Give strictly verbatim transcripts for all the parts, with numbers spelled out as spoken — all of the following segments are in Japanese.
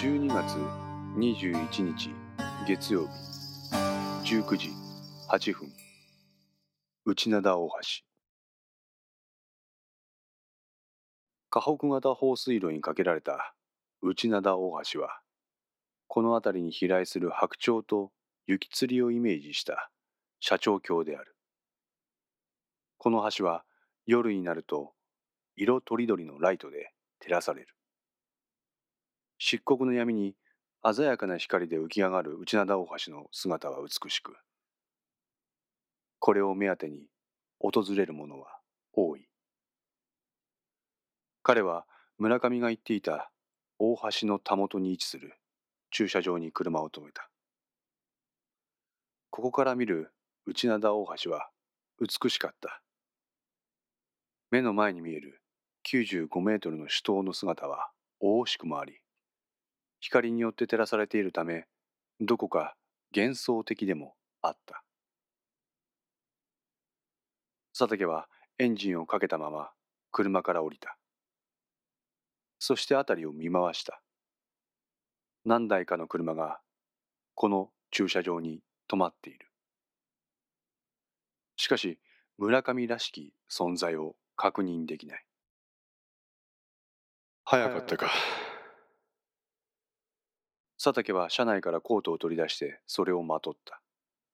じゅうにがつにじゅういちにち月曜日じゅうくじはっぷん、内灘大橋。河北型放水路に架けられた内灘大橋は、この辺りに飛来する白鳥と雪吊りをイメージした斜張橋である。この橋は夜になると色とりどりのライトで照らされる。漆黒の闇に鮮やかな光で浮き上がる内灘大橋の姿は美しく、これを目当てに訪れる者は多い。彼は村上が言っていた大橋のたもとに位置する駐車場に車を止めた。ここから見る内灘大橋は美しかった。目の前に見えるきゅうじゅうごメートルの主塔の姿は大しくもあり、光によって照らされているため、どこか幻想的でもあった。佐竹はエンジンをかけたまま車から降りた。そして辺りを見回した。何台かの車がこの駐車場に止まっている。しかし村上らしき存在を確認できない。 早かったか。 佐竹は車内からコートを取り出してそれをまとった。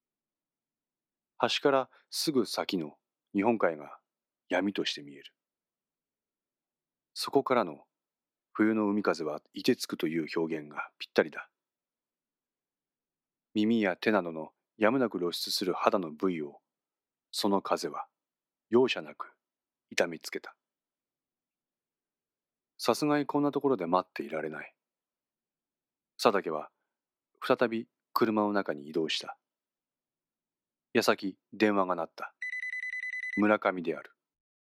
橋からすぐ先の日本海が闇として見える。そこからの冬の海風は凍てつくという表現がぴったりだ。耳や手などのやむなく露出する肌の部位をその風は容赦なく痛みつけた。さすがにこんなところで待っていられない。佐竹は再び車の中に移動した。矢先電話が鳴った。村上である。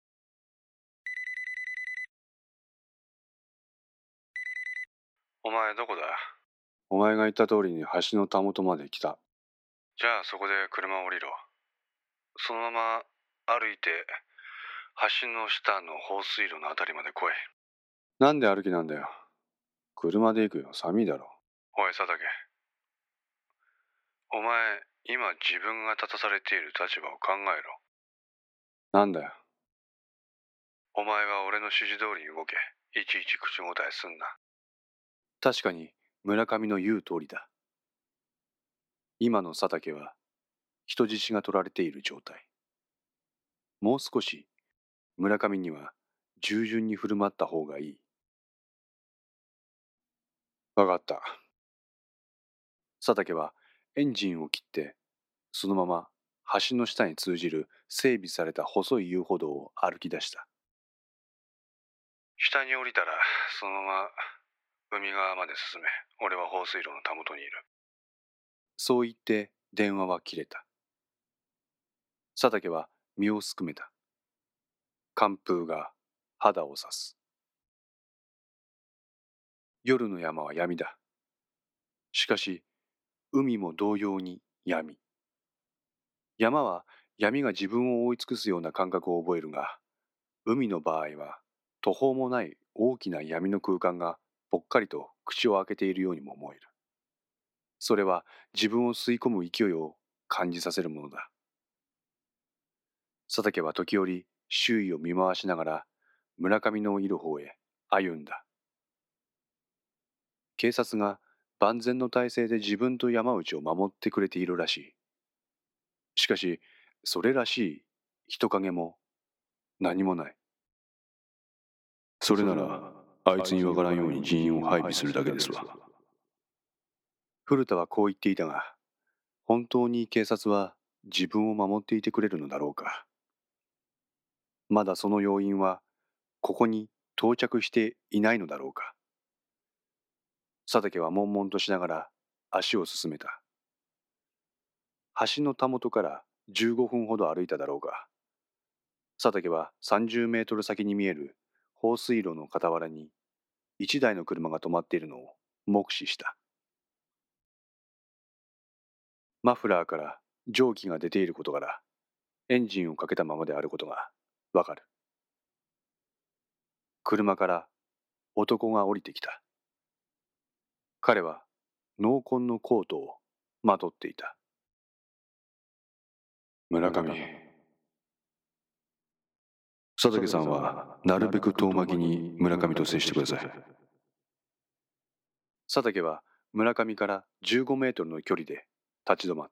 お前どこだ？ お前が言った通りに橋のたもとまで来た。 じゃあそこで車を降りろ。そのまま歩いて橋の下の放水路のあたりまで来い。 なんで歩きなんだよ。車で行くよ。寒いだろ。 おい佐竹、お前今自分が立たされている立場を考えろ。 なんだよ。 お前は俺の指示通りに動け。いちいち口答えすんな。 確かに村上の言う通りだ。今の佐竹は人質が取られている状態。もう少し村上には従順に振る舞った方がいい。 わかった。 佐竹はエンジンを切ってそのまま橋の下に通じる整備された細い遊歩道を歩き出した。 下に降りたらそのまま海側まで進め。俺は放水路のたもとにいる。 そう言って電話は切れた。佐竹は身をすくめた。寒風が肌を刺す。夜の山は闇だ。しかし海も同様に闇。山は闇が自分を覆い尽くすような感覚を覚えるが、海の場合は途方もない大きな闇の空間がぽっかりと口を開けているようにも思える。それは自分を吸い込む勢いを感じさせるものだ。佐竹は時折周囲を見回しながら村上のいる方へ歩んだ。警察が万全の体制で自分と山内を守ってくれているらしい。しかしそれらしい人影も何もない。 それならあいつにわからんように人員を配備するだけですわ。 古田はこう言っていたが、本当に警察は自分を守っていてくれるのだろうか。まだその要員はここに到着していないのだろうか。佐竹は悶々としながら足を進めた。橋のたもとからじゅうごふんほど歩いただろうが、佐竹はさんじゅうメートル先に見える放水路の傍らに一台の車が止まっているのを目視した。マフラーから蒸気が出ていることからエンジンをかけたままであることがわかる。車から男が降りてきた。 彼は濃紺のコートをまとっていた。 村上、佐竹さんはなるべく遠巻きに村上と接してください。 佐竹は村上からじゅうごメートルの距離で立ち止まった。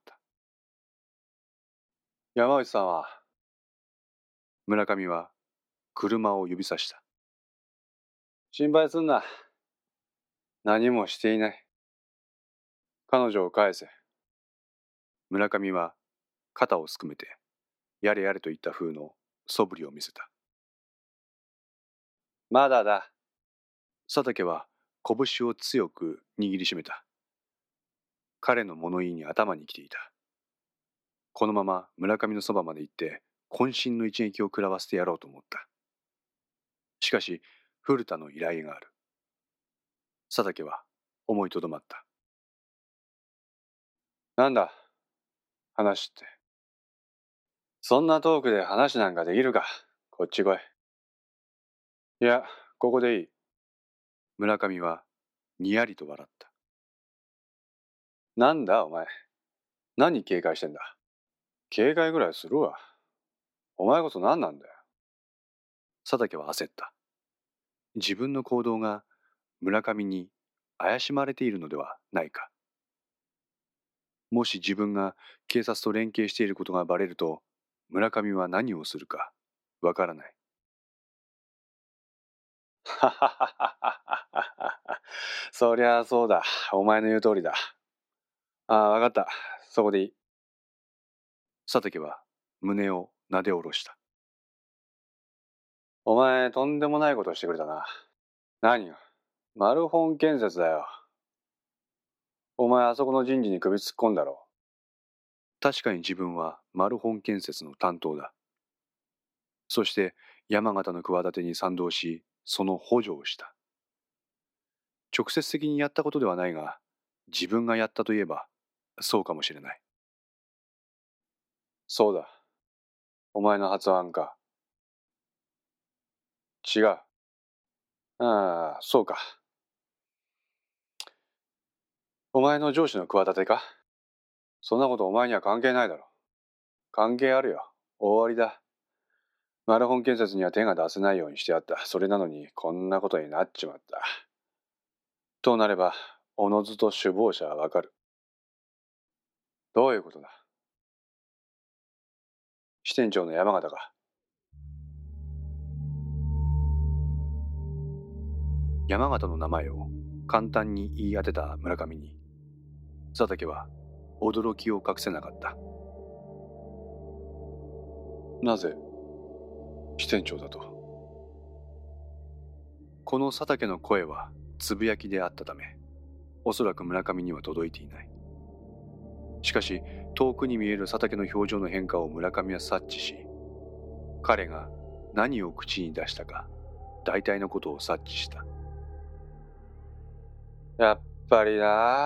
山内さんは？村上は車を指さした。心配すんな。何もしていない。彼女を返せ。村上は肩をすくめて、やれやれといった風の素振りを見せた。まだだ。佐竹は拳を強く握りしめた。彼の物言いに頭にきていた。このまま村上のそばまで行って渾身の一撃を食らわせてやろうと思った。しかし古田の依頼がある。佐竹は思いとどまった。なんだ話って。そんな遠くで話なんかできるか。こっち来い。いや、ここでいい。村上はにやりと笑った。なんだお前。何警戒してんだ。警戒ぐらいするわ。お前こそ何なんだよ。佐竹は焦った。自分の行動が村上に怪しまれているのではないか。もし自分が警察と連携していることがバレると、村上は何をするかわからない。ははははは。そりゃあそうだ。お前の言う通りだ。ああ、わかった。そこでいい。佐竹は胸をなで下ろした。お前、とんでもないことしてくれたな。何よ。マルホン建設だよ。お前、あそこの人事に首突っ込んだろ。確かに自分はマルホン建設の担当だ。そして山形の企てに賛同し、その補助をした。直接的にやったことではないが、自分がやったといえば、そうかもしれない。そうだ。お前の発案か。違う。ああ、そうか。お前の上司の企てか。そんなことお前には関係ないだろ。関係あるよ。終わりだ。マルホン建設には手が出せないようにしてあった。それなのにこんなことになっちまった。となれば、おのずと首謀者はわかる。どういうことだ。支店長の山形か。山形の名前を簡単に言い当てた村上に、佐竹は驚きを隠せなかった。なぜ支店長だと。この佐竹の声はつぶやきであったため、おそらく村上には届いていない。しかし遠くに見える佐竹の表情の変化を村上は察知し、彼が何を口に出したか大体のことを察知した。やっぱりな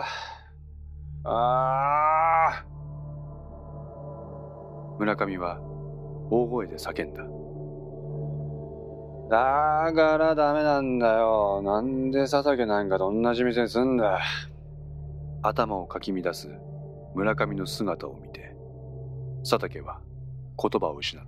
あ。村上は大声で叫んだ。だからダメなんだよ。なんで佐竹なんかと同じ店にすんだ。頭をかき乱す村上の姿を見て、佐竹は言葉を失った。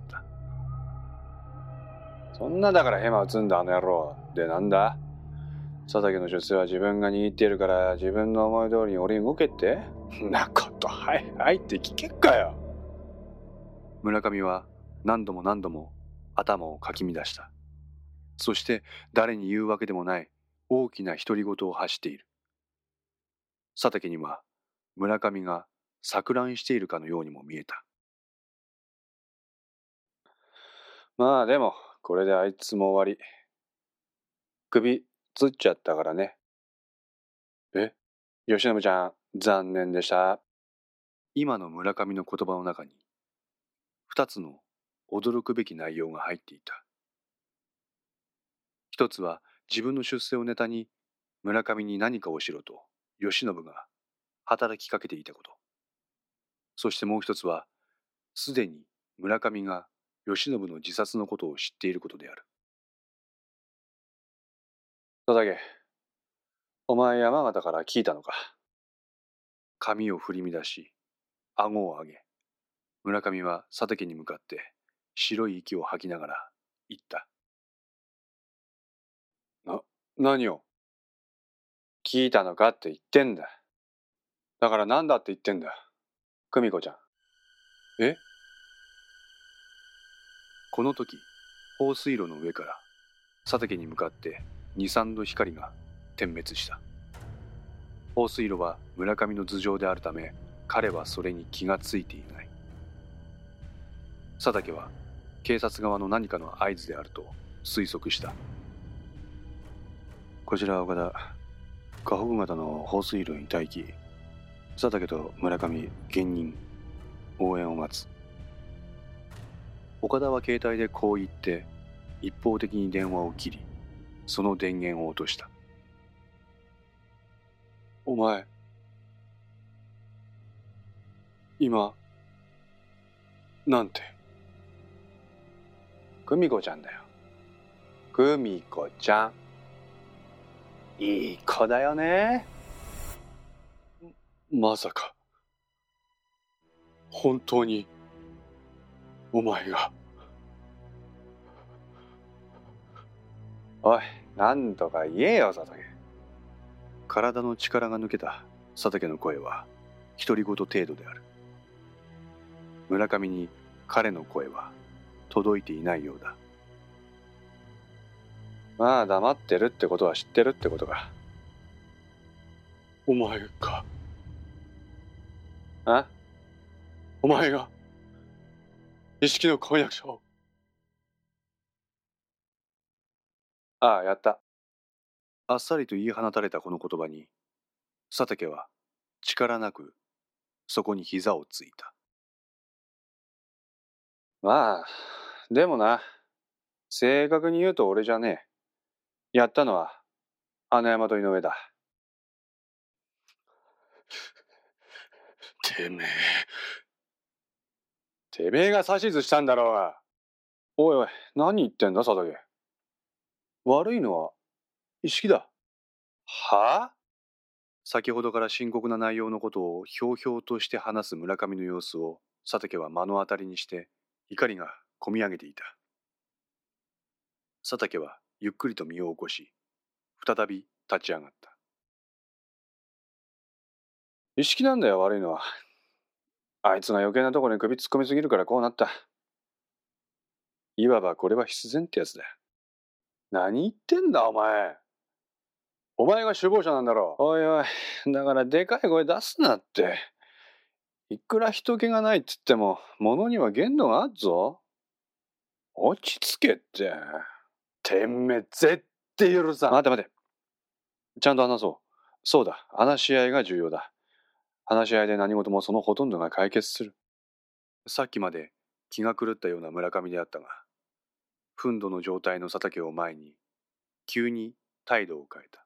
そんなだからヘマ打つんだあの野郎。でなんだ。佐竹の出世は自分が握っているから自分の思い通りに俺に動けって。なことはいはいって聞けっかよ。村上は何度も何度も頭をかき乱した。そして誰に言うわけでもない大きな独り言を発している。佐竹には村上が錯乱しているかのようにも見えた。まあでもこれであいつも終わり。首つっちゃったからね。え、吉信ちゃん残念でした。今の村上の言葉の中に二つの驚くべき内容が入っていた。一つは自分の出世をネタに村上に何かをしろと吉信が働きかけていたこと。そしてもう一つはすでに村上が吉信の自殺のことを知っていることである。佐竹、 お前山形から聞いたのか。髪を振り乱し、顎を上げ、村上は佐竹に向かって白い息を吐きながら言った。な、何を？聞いたのかって言ってんだ。だから何だって言ってんだ。久美子ちゃん。え？この時、放水路の上から佐竹に向かって二三度光が点滅した。放水路は村上の頭上であるため、彼はそれに気がついていない。佐竹は警察側の何かの合図であると推測した。こちらは岡田、河北型の放水路に待機。佐竹と村上、現任、応援を待つ。岡田は携帯でこう言って一方的に電話を切り、その電源を落とした。お前、今、なんて？久美子ちゃんだよ。久美子ちゃん。いい子だよね。まさか、本当に、お前が。おい、なんとか言えよ、佐竹。体の力が抜けた佐竹の声は独り言程度である。村上に彼の声は届いていないようだ。まあ黙ってるってことは知ってるってことか。お前か。あ？お前が一色の婚約者を。ああ、やった。あっさりと言い放たれたこの言葉に、佐竹は力なくそこに膝をついた。まあ、でもな、正確に言うと俺じゃねえ。やったのは穴山と井上だ。てめえ。てめえが指図したんだろうが。おいおい、何言ってんだ佐竹。悪いのは一色だ。はあ？先ほどから深刻な内容のことをひょうひょうとして話す村上の様子を佐竹は目の当たりにして怒りがこみ上げていた。佐竹はゆっくりと身を起こし、再び立ち上がった。一色なんだよ、悪いのは。あいつが余計なところに首突っ込みすぎるからこうなった。いわばこれは必然ってやつだ。何言ってんだお前。お前が首謀者なんだろう。おいおい、だからでかい声出すなって。いくら人気がないって言っても、物には限度があるぞ。落ち着けって。てめえ、絶対許さん。待て待て。ちゃんと話そう。そうだ、話し合いが重要だ。話し合いで何事もそのほとんどが解決する。さっきまで気が狂ったような村上であったが、憤怒の状態の佐竹を前に、急に態度を変えた。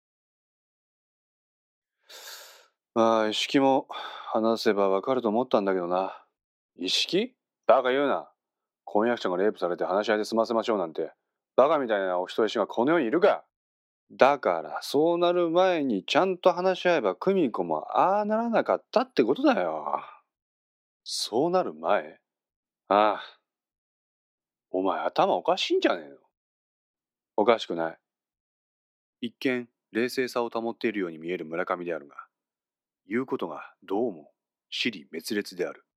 まあ、一色も話せばわかると思ったんだけどな。一色？バカ言うな。婚約者がレイプされて話し合いで済ませましょうなんて、バカみたいなお人よしがこの世にいるか。だからそうなる前にちゃんと話し合えば久美子もああならなかったってことだよ。そうなる前？ああ。お前頭おかしいんじゃねえの？おかしくない。一見冷静さを保っているように見える村上であるが、言うことがどうも支離滅裂である。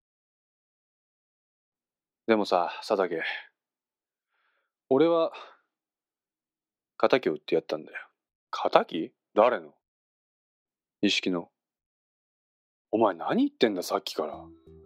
でもさ、佐竹、俺は仇を撃ってやったんだよ。仇？誰の？一色の。お前何言ってんださっきから。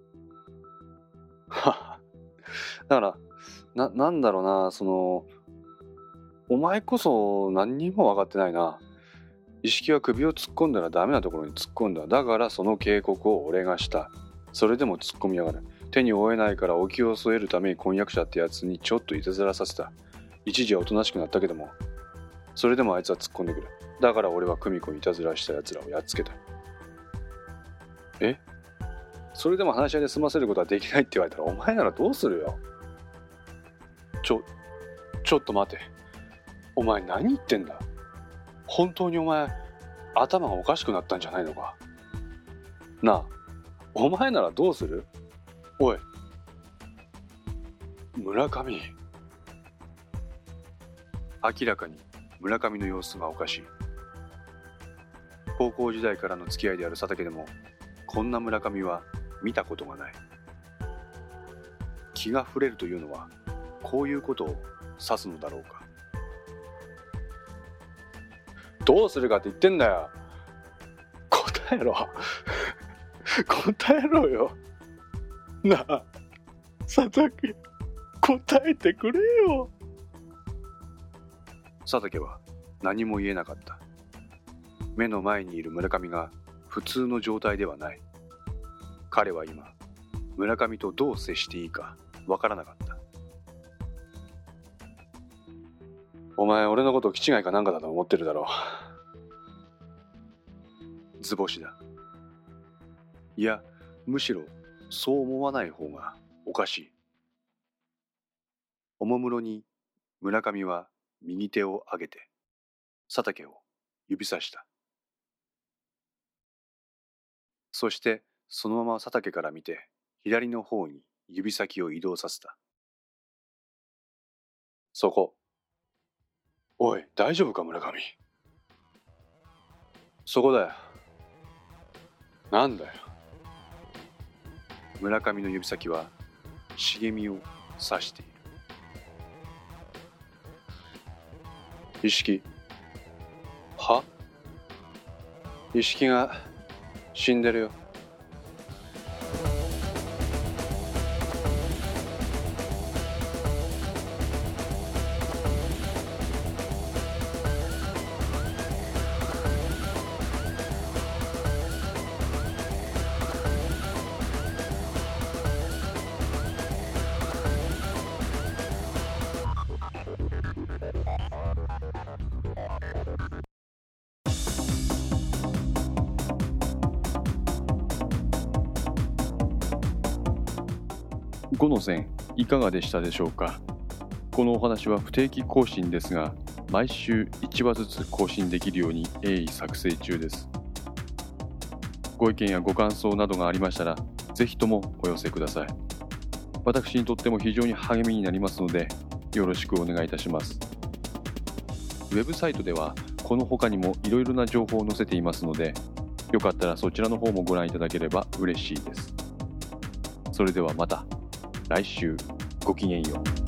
はだからな、なんだろうな、そのお前こそ何にも分かってないな。一色は首を突っ込んだらダメなところに突っ込んだ。だからその警告を俺がした。それでも突っ込みやがる。手に負えないからお気を添えるために婚約者ってやつにちょっといたずらさせた。一時はおとなしくなったけども、それでもあいつは突っ込んでくる。だから俺は久美子にいたずらしたやつらをやっつけた。え？それでも話し合いで済ませることはできないって言われたらお前ならどうするよ。ちょ、ちょっと待て。お前何言ってんだ。本当にお前頭がおかしくなったんじゃないのか。なあ、お前ならどうする？おい、村上。明らかに村上の様子がおかしい。高校時代からの付き合いである佐竹でも、こんな村上は見たことがない。気が触れるというのはこういうことを指すのだろうか。どうするかって言ってんだよ。答えろ。答えろよ。なあ、佐竹、答えてくれよ。佐竹は何も言えなかった。目の前にいる村上が普通の状態ではない。彼は今、村上とどう接していいかわからなかった。お前、俺のことを気違いかなんかだと思ってるだろう。図星だ。いや、むしろそう思わない方がおかしい。おもむろに村上は右手を上げて佐竹を指さした。そしてそのまま佐竹から見て左の方に指先を移動させた。そこ。おい、大丈夫か村上。そこだよ。なんだよ。村上の指先は茂みを指している。意識。は？意識が死んでるよ。 ごの線いかがでしたでしょうか。このお話は不定期更新ですが、毎週いちわずつ更新できるように鋭意作成中です。ご意見やご感想などがありましたら、ぜひともお寄せください。私にとっても非常に励みになりますので、よろしくお願いいたします。ウェブサイトではこの他にもいろいろな情報を載せていますので、よかったらそちらの方もご覧いただければ嬉しいです。それではまた来週、ごきげんよう。